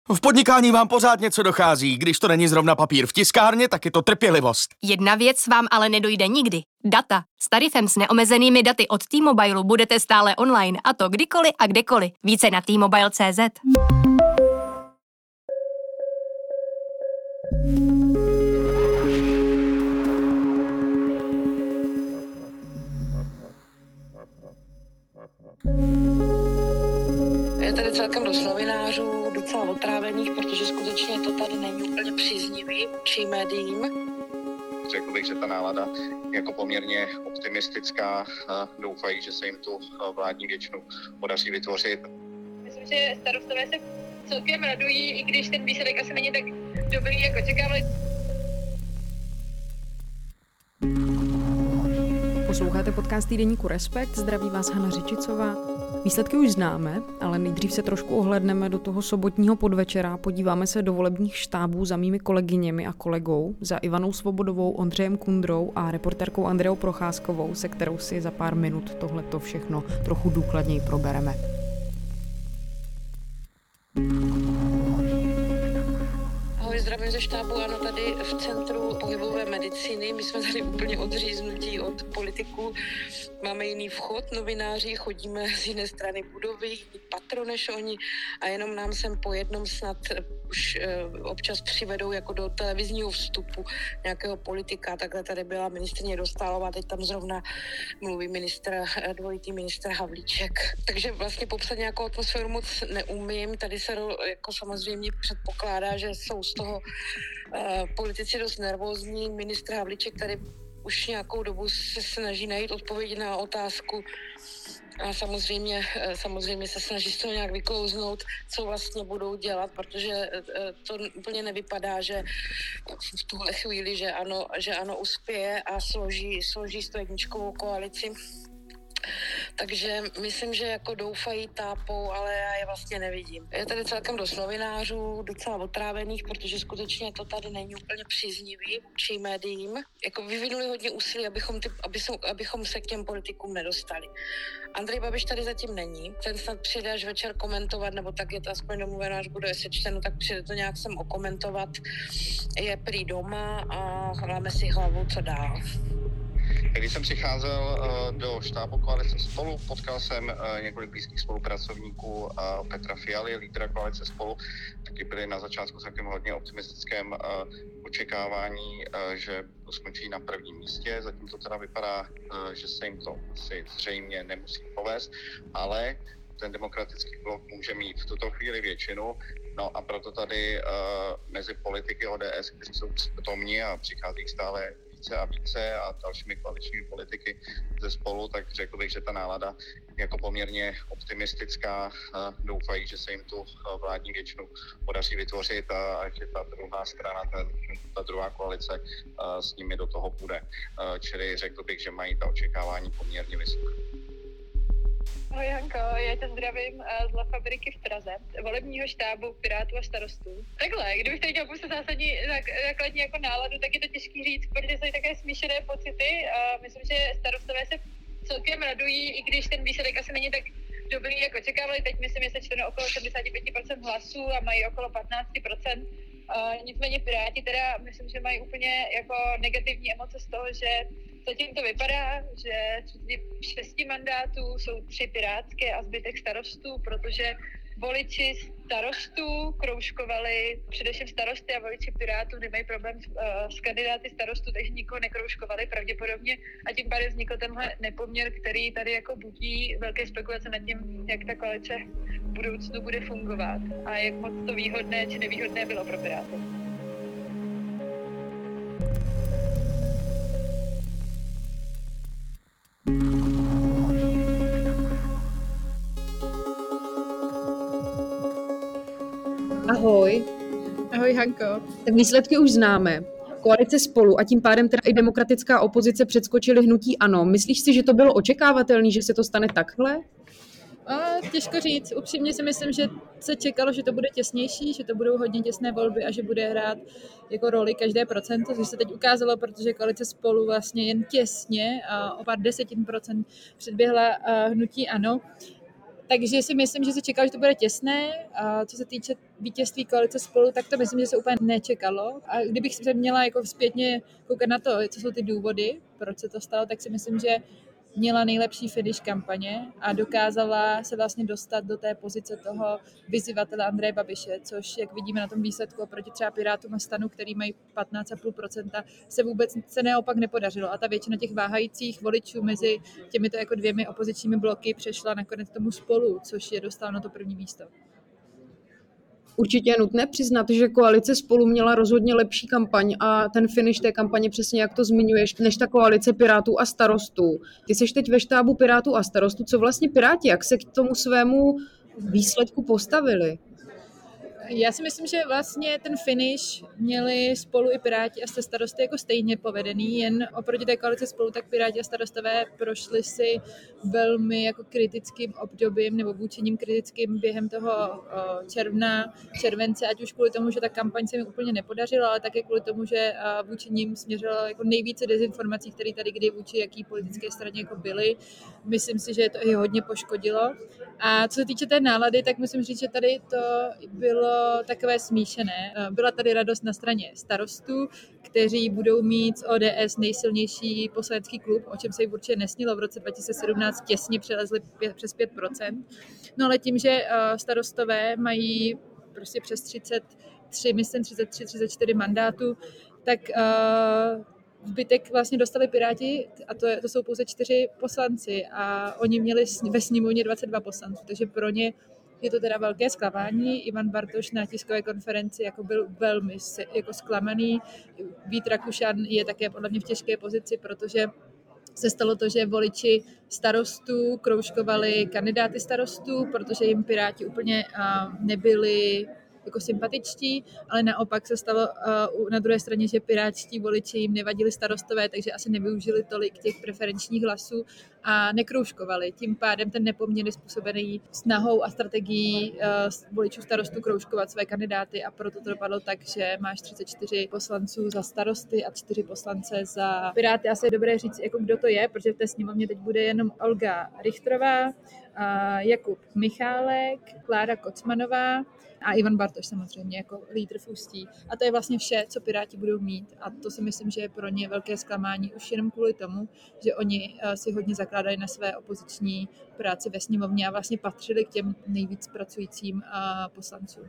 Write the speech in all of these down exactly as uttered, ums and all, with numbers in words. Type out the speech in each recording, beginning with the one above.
V podnikání vám pořád něco dochází. Když to není zrovna papír v tiskárně, tak je to trpělivost. Jedna věc vám ale nedojde nikdy. Data. S tarifem s neomezenými daty od T-Mobile budete stále online, a to kdykoliv a kdekoliv. Více na T Mobile tečka cé zet. Je tady celkem dost novinářů, docela otrávených, protože skutečně to tady není úplně příznivý vůči médiím. Řekl bych, že ta nálada jako poměrně optimistická. Doufají, že se jim tu vládní většinu podaří vytvořit. Myslím, že starostové se celkem radují, i když ten výsledek asi není tak dobrý, jako čekávali. Posloucháte podcast týdeníku Respekt, zdraví vás Hana Řičicová. Výsledky už známe, ale nejdřív se trošku ohlédneme do toho sobotního podvečera, podíváme se do volebních štábů za mými kolegyněmi a kolegou, za Ivanou Svobodovou, Ondřejem Kundrou a reportérkou Andreou Procházkovou, se kterou si za pár minut tohleto všechno trochu důkladněji probereme. Zdravím ze štábu, ano, tady v Centru pohybové medicíny. My jsme tady úplně odříznutí od politiků. Máme jiný vchod, novináři, chodíme z jiné strany budovy, jiný patro než oni a jenom nám sem po jednom snad už e, občas přivedou jako do televizního vstupu nějakého politika. Takhle tady byla ministryně Dostálová, teď tam zrovna mluví ministr, dvojitý ministr Havlíček. Takže vlastně popsat nějakou atmosféru moc neumím. Tady se jako samozřejmě předpokládá, že jsou z toho uh, politici dost nervózní. Ministr Havlíček tady už nějakou dobu se snaží najít odpovědi na otázku a samozřejmě, samozřejmě se snaží z toho nějak vyklouznout, co vlastně budou dělat, protože to úplně nevypadá, že v tuhle chvíli, že ano, že ano uspěje a složí, složí stojedničkovou koalici. Takže myslím, že jako doufají, tápou, ale já je vlastně nevidím. Je tady celkem dost novinářů, docela otrávených, protože skutečně to tady není úplně příznivý vůči médiím. Jako vyvinuli hodně úsilí, abychom, ty, aby jsou, abychom se k těm politikům nedostali. Andrej Babiš tady zatím není. Ten snad přijde až večer komentovat, nebo tak je to aspoň domluveno, až bude sečteno, tak přijde to nějak sem okomentovat. Je prý doma a hráme si hlavu, co dál. Když jsem přicházel do štábu koalice Spolu, potkal jsem několik blízkých spolupracovníků Petra Fialy, lídra koalice Spolu, taky byli na začátku takovým hodně optimistickém očekávání, že skončí na prvním místě. Zatím to teda vypadá, že se jim to asi zřejmě nemusí povést, ale ten demokratický blok může mít v tuto chvíli většinu. No a proto tady mezi politiky O D S, kteří jsou přítomní a přichází stále více a více a dalšími koaličními politiky ze Spolu, tak řekl bych, že ta nálada jako poměrně optimistická. Doufají, že se jim tu vládní většinu podaří vytvořit a že ta druhá strana, ta, ta druhá koalice s nimi do toho půjde. Čili řekl bych, že mají ta očekávání poměrně vysoké. Ahoj Hanko, já tě zdravím z La Fabriky v Praze, volebního štábu Pirátů a Starostů. Takhle, kdybych tady chtěl pustit zásadní základní jako náladu, tak je to těžký říct, protože jsou také smíšené pocity a myslím, že starostové se celkem radují, i když ten výsledek asi není tak dobrý, jako čekávali. Teď myslím, že se sečteno okolo sedmdesát pět procent hlasů a mají okolo patnáct procent. Uh, nicméně Piráti teda myslím, že mají úplně jako negativní emoce z toho, že zatím to vypadá, že z šesti mandátů jsou tři pirátské a zbytek starostů, protože voliči starostů kroužkovali, především starosty a voliči Pirátů nemají problém s, uh, s kandidáty starostů, takže nikoho nekroužkovali pravděpodobně a tím pádem vznikl tenhle nepoměr, který tady jako budí velké spekulace nad tím, jak ta koalice v budoucnu bude fungovat a jak moc to výhodné či nevýhodné bylo pro Piráty. Ahoj. Ahoj Hanko. Tak výsledky už známe. Koalice Spolu a tím pádem teda i demokratická opozice předskočily hnutí ANO. Myslíš si, že to bylo očekávatelné, že se to stane takhle? A těžko říct. Upřímně si myslím, že se čekalo, že to bude těsnější, že to budou hodně těsné volby a že bude hrát jako roli každé procento, což se teď ukázalo, protože koalice Spolu vlastně jen těsně a o pár desetin procent předběhla hnutí ANO. Takže si myslím, že se čekalo, že to bude těsné. A co se týče vítězství koalice Spolu, tak to myslím, že se úplně nečekalo. A kdybych se měla jako zpětně koukat na to, co jsou ty důvody, proč se to stalo, tak si myslím, že měla nejlepší finish kampaně a dokázala se vlastně dostat do té pozice toho vyzývatele Andreje Babiše, což, jak vidíme na tom výsledku oproti třeba Pirátům a Stanu, který mají patnáct celá pět procenta, se vůbec se neopak nepodařilo. A ta většina těch váhajících voličů mezi těmito jako dvěmi opozičními bloky přešla nakonec tomu Spolu, což je dostal na to první místo. Určitě je nutné přiznat, že koalice Spolu měla rozhodně lepší kampaň a ten finish té kampaně, přesně jak to zmiňuješ, než ta koalice Pirátů a Starostů. Ty seš teď ve štábu Pirátů a Starostů. Co vlastně Piráti, jak se k tomu svému výsledku postavili? Já si myslím, že vlastně ten finish měli Spolu i Piráti a Starosty jako stejně povedený, jen oproti té koalici Spolu, tak Piráti a Starostové prošli si velmi jako kritickým obdobím nebo vůči nim kritickým během toho června, července, ať už kvůli tomu, že ta kampaň se mi úplně nepodařila, ale také kvůli tomu, že vůči nim směřilo jako nejvíce dezinformací, které tady kdy vůči jaký politické straně jako byly. Myslím si, že to i hodně poškodilo. A co se týče té nálady, tak musím říct, že tady to bylo takové smíšené. Byla tady radost na straně Starostů, kteří budou mít z O D S nejsilnější poslanecký klub, o čem se jim určitě nesnilo. V roce dva tisíce sedmnáct těsně přelezli pět, přes pět procent. No ale tím, že Starostové mají prostě přes třicet tři, myslím třicet tři, třicet čtyři mandátů, tak uh, zbytek vlastně dostali Piráti a to, je, to jsou pouze čtyři poslanci a oni měli ve sněmovně dvacet dva poslanců, takže pro ně je to teda velké zklamání. Ivan Bartoš na tiskové konferenci jako byl velmi jako zklamaný. Vít Rakušan je také podle mě v těžké pozici, protože se stalo to, že voliči Starostů kroužkovali kandidáty Starostů, protože jim Piráti úplně nebyli jako sympatičtí, ale naopak se stalo uh, na druhé straně, že pirátští voliči jim nevadili Starostové, takže asi nevyužili tolik těch preferenčních hlasů a nekroužkovali. Tím pádem ten nepoměr je způsobený snahou a strategií uh, voličů Starostů kroužkovat své kandidáty a proto to dopadlo tak, že máš třicet čtyři poslanců za Starosty a čtyři poslance za Piráty. Asi je dobré říct, jako kdo to je, protože v té sněmovně teď bude jenom Olga Richtrová, uh, Jakub Michálek, Klára Kocmanová a Ivan Bartoš samozřejmě jako lídr v Ústí. A to je vlastně vše, co Piráti budou mít. A to si myslím, že je pro ně velké zklamání už jenom kvůli tomu, že oni si hodně zakládali na své opoziční práci ve sněmovně a vlastně patřili k těm nejvíc pracujícím poslancům.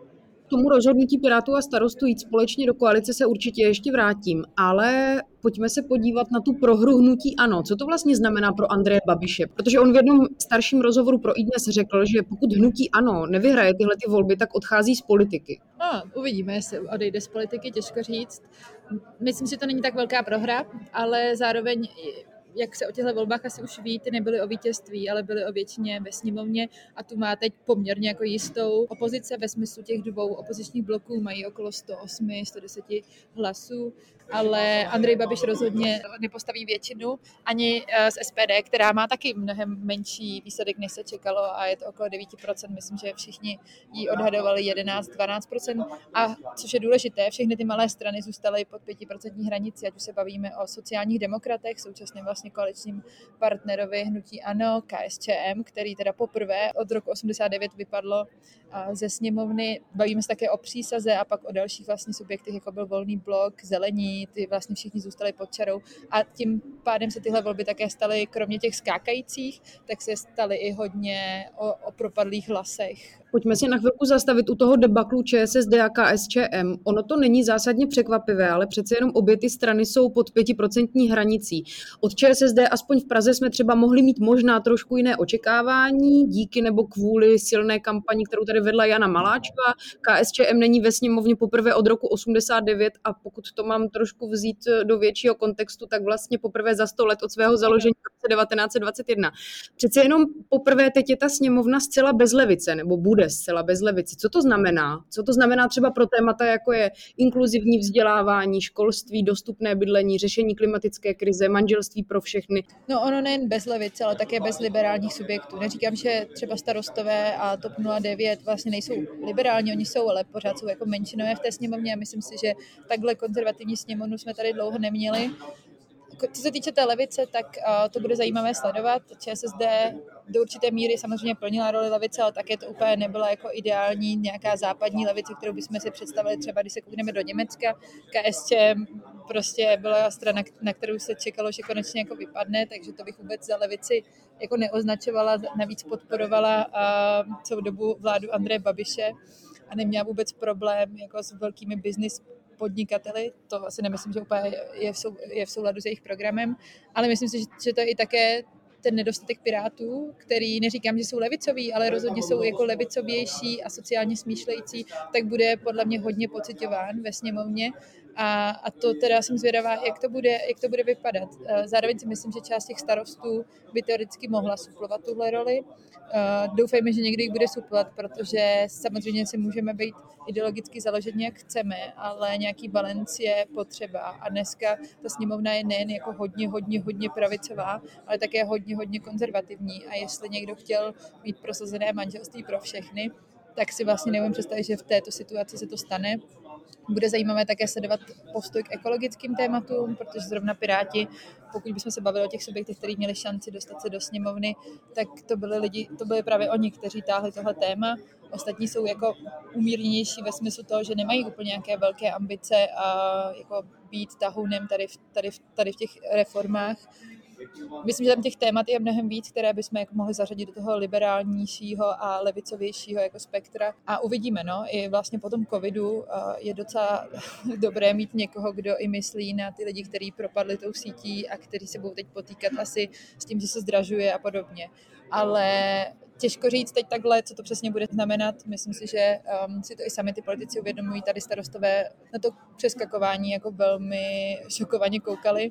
K tomu rozhodnutí Pirátů a Starostů jít společně do koalice se určitě ještě vrátím, ale pojďme se podívat na tu prohru hnutí ANO. Co to vlastně znamená pro Andreje Babiše? Protože on v jednom starším rozhovoru pro iDnes řekl, že pokud hnutí ANO nevyhraje tyhle ty volby, tak odchází z politiky. No, uvidíme, jestli odejde z politiky, těžko říct. Myslím, že to není tak velká prohra, ale zároveň jak se o těchto volbách asi už ví, ty nebyly o vítězství, ale byly o většině ve sněmovně a tu má teď poměrně jako jistou opozice ve smyslu těch dvou opozičních bloků, mají okolo sto osm, sto deset hlasů, ale Andrej Babiš rozhodně nepostaví většinu, ani z S P D, která má taky mnohem menší výsledek, než se čekalo a je to okolo devět procent, myslím, že všichni ji odhadovali jedenáct dvanáct procent a což je důležité, všechny ty malé strany zůstaly pod pět procent hranici, ať už se bavíme o sociálních demokratech, současně vlastně koaličním partnerovi hnutí ANO, K S Č M, který teda poprvé od roku osmdesát devět vypadlo ze sněmovny. Bavíme se také o Přísaze a pak o dalších vlastně subjektech, jako byl Volný blok, Zelení, ty vlastně všichni zůstali pod čarou a tím pádem se tyhle volby také staly, kromě těch skákajících, tak se staly i hodně o, o propadlých hlasech. Pojďme si na chvilku zastavit u toho debaklu Č S S D a K S Č M. Ono to není zásadně překvapivé, ale přece jenom obě ty strany jsou pod pětiprocentní hranicí. Od Č S S D aspoň v Praze jsme třeba mohli mít možná trošku jiné očekávání, díky nebo kvůli silné kampani, kterou tady vedla Jana Maláčová. K S Č M není ve sněmovně poprvé od roku osmdesát devět a pokud to mám trošku vzít do většího kontextu, tak vlastně poprvé za sto let od svého založení v roce devatenáct set dvacet jedna. Přece jenom poprvé teď je ta sněmovna zcela bez levice, nebo bude zcela bez levice. Co to znamená? Co to znamená třeba pro témata, jako je inkluzivní vzdělávání, školství, dostupné bydlení, řešení klimatické krize, manželství pro všechny? No ono nejen bez levice, ale také bez liberálních subjektů. Neříkám, že třeba Starostové a TOP nula devět vlastně nejsou liberální, oni jsou, ale pořád jsou jako menšinové v té sněmovně a myslím si, že takhle konzervativní sněmovnu jsme tady dlouho neměli. co se týče té levice, tak uh, to bude zajímavé sledovat. ČSSD do určité míry samozřejmě plnila roli levice, ale také to úplně nebyla jako ideální nějaká západní levice, kterou bychom si představili třeba, když se koukneme do Německa. KSČ prostě byla strana, na kterou se čekalo, že konečně jako vypadne, takže to bych vůbec za levici jako neoznačovala, navíc podporovala uh, celou dobu vládu Andreje Babiše a neměla vůbec problém jako s velkými business podnikateli, to asi nemyslím, že úplně je v, sou, je v souladu s jejich programem, ale myslím si, že, že to je i také ten nedostatek Pirátů, který neříkám, že jsou levicoví, ale rozhodně jsou jako levicovější a sociálně smýšlející, tak bude podle mě hodně pociťován ve sněmovně. A, a to teda jsem zvědavá, jak to, bude, jak to bude vypadat. Zároveň si myslím, že část těch starostů by teoreticky mohla suplovat tuhle roli. Doufejme, že někdy jich bude suplovat, protože samozřejmě si můžeme být ideologicky založeni, jak chceme, ale nějaký balanc je potřeba. A dneska ta sněmovna je nejen jako hodně, hodně, hodně pravicová, ale také hodně, hodně konzervativní. A jestli někdo chtěl mít prosazené manželství pro všechny, tak si vlastně nevím představit, že v této situaci se to stane. Bude zajímavé také sledovat postoj k ekologickým tématům, protože zrovna Piráti, pokud bychom se bavili o těch subjektech, kteří měli šanci dostat se do sněmovny, tak to byli lidi, to byli právě oni, kteří táhli tohle téma. Ostatní jsou jako umírněnější ve smyslu toho, že nemají úplně nějaké velké ambice a jako být tahounem tady v, tady v, tady v těch reformách. Myslím, že tam těch témat je mnohem víc, které bychom jako mohli zařadit do toho liberálnějšího a levicovějšího jako spektra. A uvidíme, no, i vlastně po tom covidu je docela dobré mít někoho, kdo i myslí na ty lidi, kteří propadli tou sítí a kteří se budou teď potýkat asi s tím, že se zdražuje a podobně. Ale těžko říct teď takhle, co to přesně bude znamenat. Myslím si, že um, si to i sami ty politici uvědomují. Tady starostové na to přeskakování jako velmi šokovaně koukali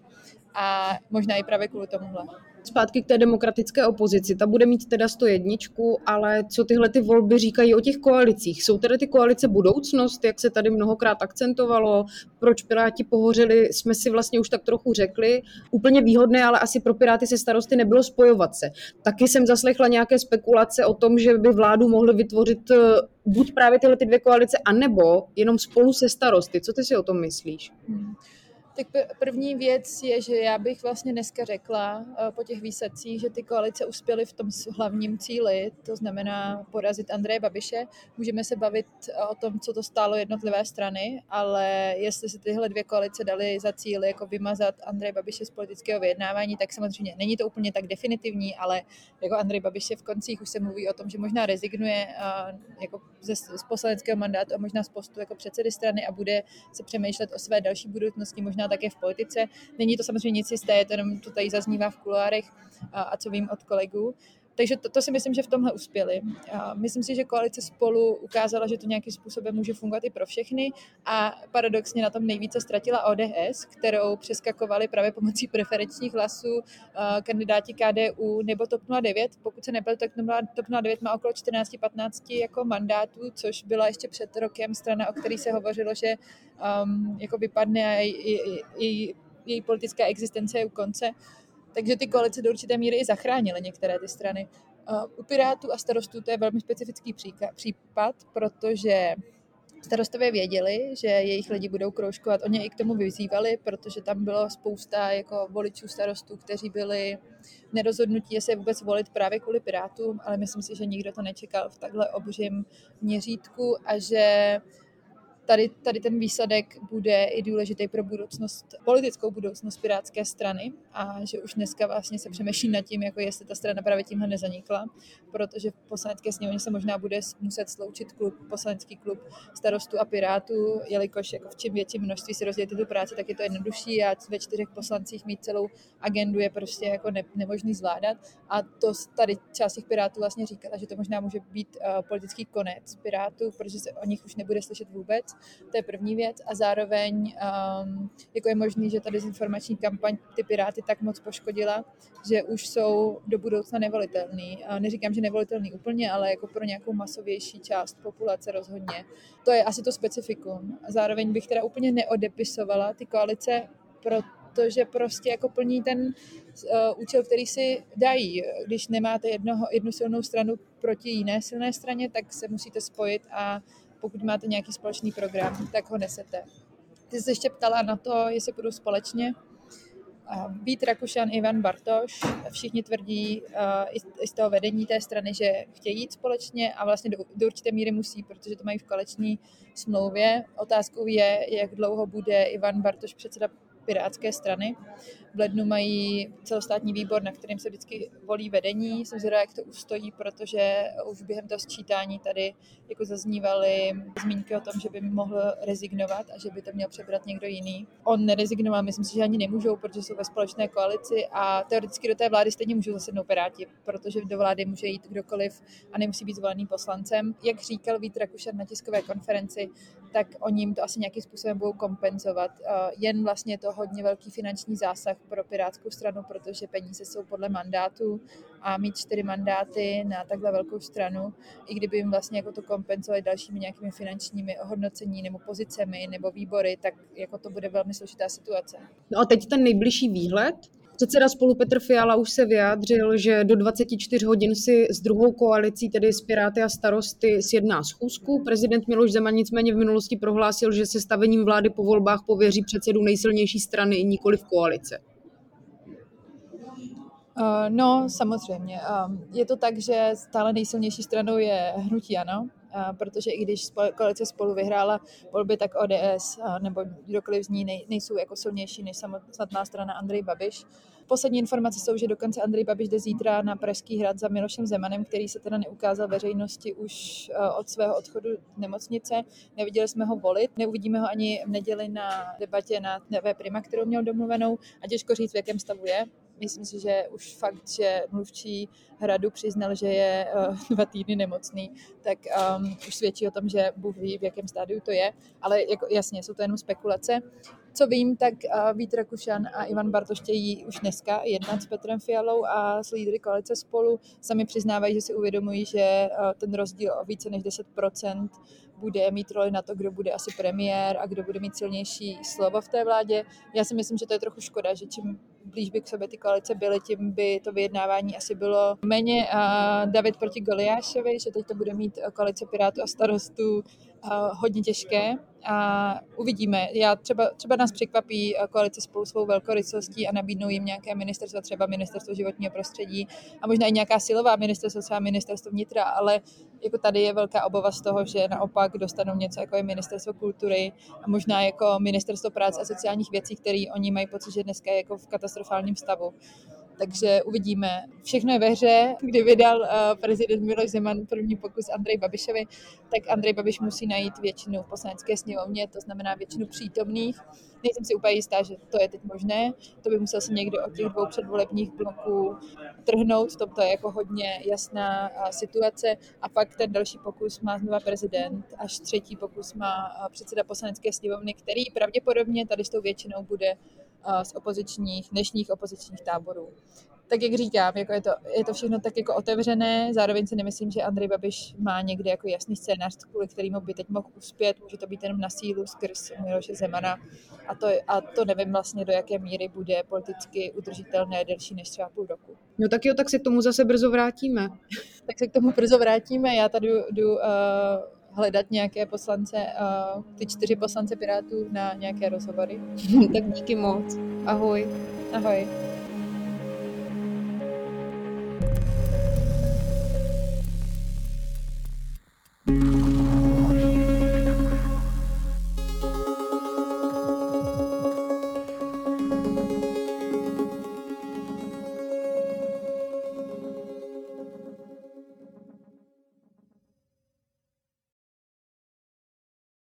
a možná i právě kvůli tomuhle. Zpátky k té demokratické opozici. Ta bude mít teda sto jedna, ale co tyhle ty volby říkají o těch koalicích? Jsou teda ty koalice budoucnost, jak se tady mnohokrát akcentovalo? Proč Piráti pohořeli, jsme si vlastně už tak trochu řekli. Úplně výhodné, ale asi pro Piráty se starosty nebylo spojovat se. Taky jsem zaslechla nějaké spekulace o tom, že by vládu mohly vytvořit buď právě tyhle ty dvě koalice, anebo jenom spolu se starosty. Co ty si o tom myslíš? Hmm. Tak první věc je, že já bych vlastně dneska řekla po těch výsledcích, že ty koalice uspěly v tom hlavním cíli, to znamená porazit Andreje Babiše. Můžeme se bavit o tom, co to stálo jednotlivé strany, ale jestli si tyhle dvě koalice dali za cíl jako vymazat Andreje Babiše z politického vyjednávání, tak samozřejmě není to úplně tak definitivní, ale jako Andrej Babiš je v koncích, už se mluví o tom, že možná rezignuje jako ze, z poslaneckého mandátu a možná z postu jako předsedy strany a bude se přemýšlet o své další budoucnosti, možná také v politice. Není to samozřejmě nic jisté, je to jenom to tady zaznívá v kuloárech a, a co vím od kolegů. Takže to, to si myslím, že v tomhle uspěli. A myslím si, že koalice Spolu ukázala, že to nějakým způsobem může fungovat i pro všechny a paradoxně na tom nejvíce ztratila O D S, kterou přeskakovali právě pomocí preferenčních hlasů kandidáti K D U nebo TOP nula devět. Pokud se nepletu, tak TOP nula devět má okolo čtrnáct patnáct jako mandátů, což byla ještě před rokem strana, o který se hovořilo, že um, jako vypadne a její, její, její politická existence je u konce. Takže ty koalice do určité míry i zachránily některé ty strany. U Pirátů a starostů to je velmi specifický případ, protože starostové věděli, že jejich lidi budou kroužkovat. Oni i k tomu vyzývali, protože tam bylo spousta jako voličů starostů, kteří byli nerozhodnutí, jestli je vůbec volit právě kvůli Pirátům, ale myslím si, že nikdo to nečekal v takhle obřím měřítku a že Tady, tady ten výsledek bude i důležitý pro budoucnost, politickou budoucnost pirátské strany a že už dneska vlastně se přemýšlí nad tím, jako jestli ta strana právě tímhle nezanikla, protože v poslanecké sněmovně se možná bude muset sloučit klub, poslanecký klub starostů a Pirátů, jelikož jako v čím větším množství si rozdělit tu práci, tak je to jednodušší a ve čtyřech poslancích mít celou agendu je prostě jako ne, nemožný zvládat a to tady část těch Pirátů vlastně říkala, že to možná může být uh, politický konec Pirátů, protože se o nich už nebude slyšet vůbec. To je první věc a zároveň um, jako je možný, že ta dezinformační kampaň ty Piráty tak moc poškodila, že už jsou do budoucna nevolitelný. A neříkám, že nevolitelný úplně, ale jako pro nějakou masovější část populace rozhodně. To je asi to specifikum. A zároveň bych teda úplně neodepisovala ty koalice, protože prostě jako plní ten uh, účel, který si dají. Když nemáte jednoho, jednu silnou stranu proti jiné silné straně, tak se musíte spojit a pokud máte nějaký společný program, tak ho nesete. Ty jsi se ještě ptala na to, jestli půjdu společně. Vít Rakušan, Ivan Bartoš, všichni tvrdí uh, i z toho vedení té strany, že chtějí jít společně a vlastně do, do určité míry musí, protože to mají v koaliční smlouvě. Otázkou je, jak dlouho bude Ivan Bartoš předseda Pirátské strany. V lednu mají celostátní výbor, na kterém se vždycky volí vedení. Jsem zvědavá, jak to ustojí, protože už během toho sčítání tady jako zaznívaly zmínky o tom, že by mohl rezignovat a že by to měl přebrat někdo jiný. On nerezignoval, myslím si, že ani nemůžou, protože jsou ve společné koalici a teoreticky do té vlády stejně můžou zasednout Piráti, protože do vlády může jít kdokoliv a nemusí být zvolený poslancem. Jak říkal Vít Rakušan na tiskové konferenci, tak oni jim to asi nějakým způsobem budou kompenzovat. Jen vlastně to hodně velký finanční zásah pro Pirátskou stranu, protože peníze jsou podle mandátu a mít čtyři mandáty na takhle velkou stranu, i kdyby jim vlastně jako to kompenzovali dalšími nějakými finančními ohodnocení nebo pozicemi nebo výbory, tak jako to bude velmi složitá situace. No a teď ten nejbližší výhled. Předseda Spolu Petr Fiala už se vyjádřil, že do dvacet čtyři hodin si s druhou koalicí, tedy s Piráty a Starosty, sjedná schůzku. Prezident Miloš Zeman nicméně v minulosti prohlásil, že se stavením vlády po volbách pověří předsedu nejsilnější strany, nikoliv koalice. Uh, no, samozřejmě. Um, je to tak, že stále nejsilnější stranou je hnutí ANO, uh, protože i když koalice Spolu vyhrála volby, tak O D S uh, nebo kdokoliv z ní nej, nejsou jako silnější než samotná strana Andrej Babiš. Poslední informace jsou, že dokonce Andrej Babiš jde zítra na Pražský hrad za Milošem Zemanem, který se teda neukázal veřejnosti už uh, od svého odchodu z nemocnice. Neviděli jsme ho volit, neuvidíme ho ani v neděli na debatě na T V Prima, kterou měl domluvenou a těžko říct, v jakém stavu je. Myslím si, že už fakt, že mluvčí Hradu přiznal, že je uh, dva týdny nemocný, tak um, už svědčí o tom, že Bůh ví, v jakém stádiu to je. Ale jako, jasně, jsou to jenom spekulace. Co vím, tak uh, Vít Rakušan a Ivan Bartoš chtějí už dneska jednat s Petrem Fialou a s lídry koalice Spolu. Sami přiznávají, že si uvědomují, že uh, ten rozdíl o více než deset procent bude mít roli na to, kdo bude asi premiér a kdo bude mít silnější slovo v té vládě. Já si myslím, že to je trochu škoda, že čím blíž by k sobě ty koalice byly, tím by to vyjednávání asi bylo méně uh, David proti Goliášovi, že teď to bude mít koalice Pirátů a Starostů uh, hodně těžké a uvidíme. Já třeba, třeba nás překvapí koalice Spolu svou velkorysostí a nabídnou jim nějaké ministerstvo, třeba ministerstvo životního prostředí a možná i nějaká silová ministerstvo, třeba ministerstvo vnitra, ale jako tady je velká obava z toho, že naopak dostanou něco jako je ministerstvo kultury a možná jako ministerstvo práce a sociálních věcí, které oni mají pocit, že dneska je jako v katastrofálním stavu. Takže uvidíme. Všechno je ve hře. Kdy vydal uh, prezident Miloš Zeman první pokus Andrej Babišovi, tak Andrej Babiš musí najít většinu v poslanecké sněmovně, to znamená většinu přítomných. Nejsem si úplně jistá, že to je teď možné. To by musel se někdo od těch dvou předvolebních bloků trhnout. To je jako hodně jasná uh, situace. A pak ten další pokus má znova prezident. Až třetí pokus má uh, předseda poslanecké sněmovny, který pravděpodobně tady s tou většinou bude z opozičních, dnešních opozičních táborů. Tak jak říkám, jako je, to, je to všechno tak jako otevřené, zároveň si nemyslím, že Andrej Babiš má někde jako jasný scénář, kvůli kterému by teď mohl uspět, může to být jenom na sílu skrz Miloše Zemana a to, a to nevím vlastně, do jaké míry bude politicky udržitelné delší než třeba půl roku. No tak jo, tak se k tomu zase brzo vrátíme. Tak se k tomu brzo vrátíme, já tady jdu uh, hledat nějaké poslance, uh, ty čtyři poslance Pirátů na nějaké rozhovory. Tak díky moc. Ahoj. Ahoj.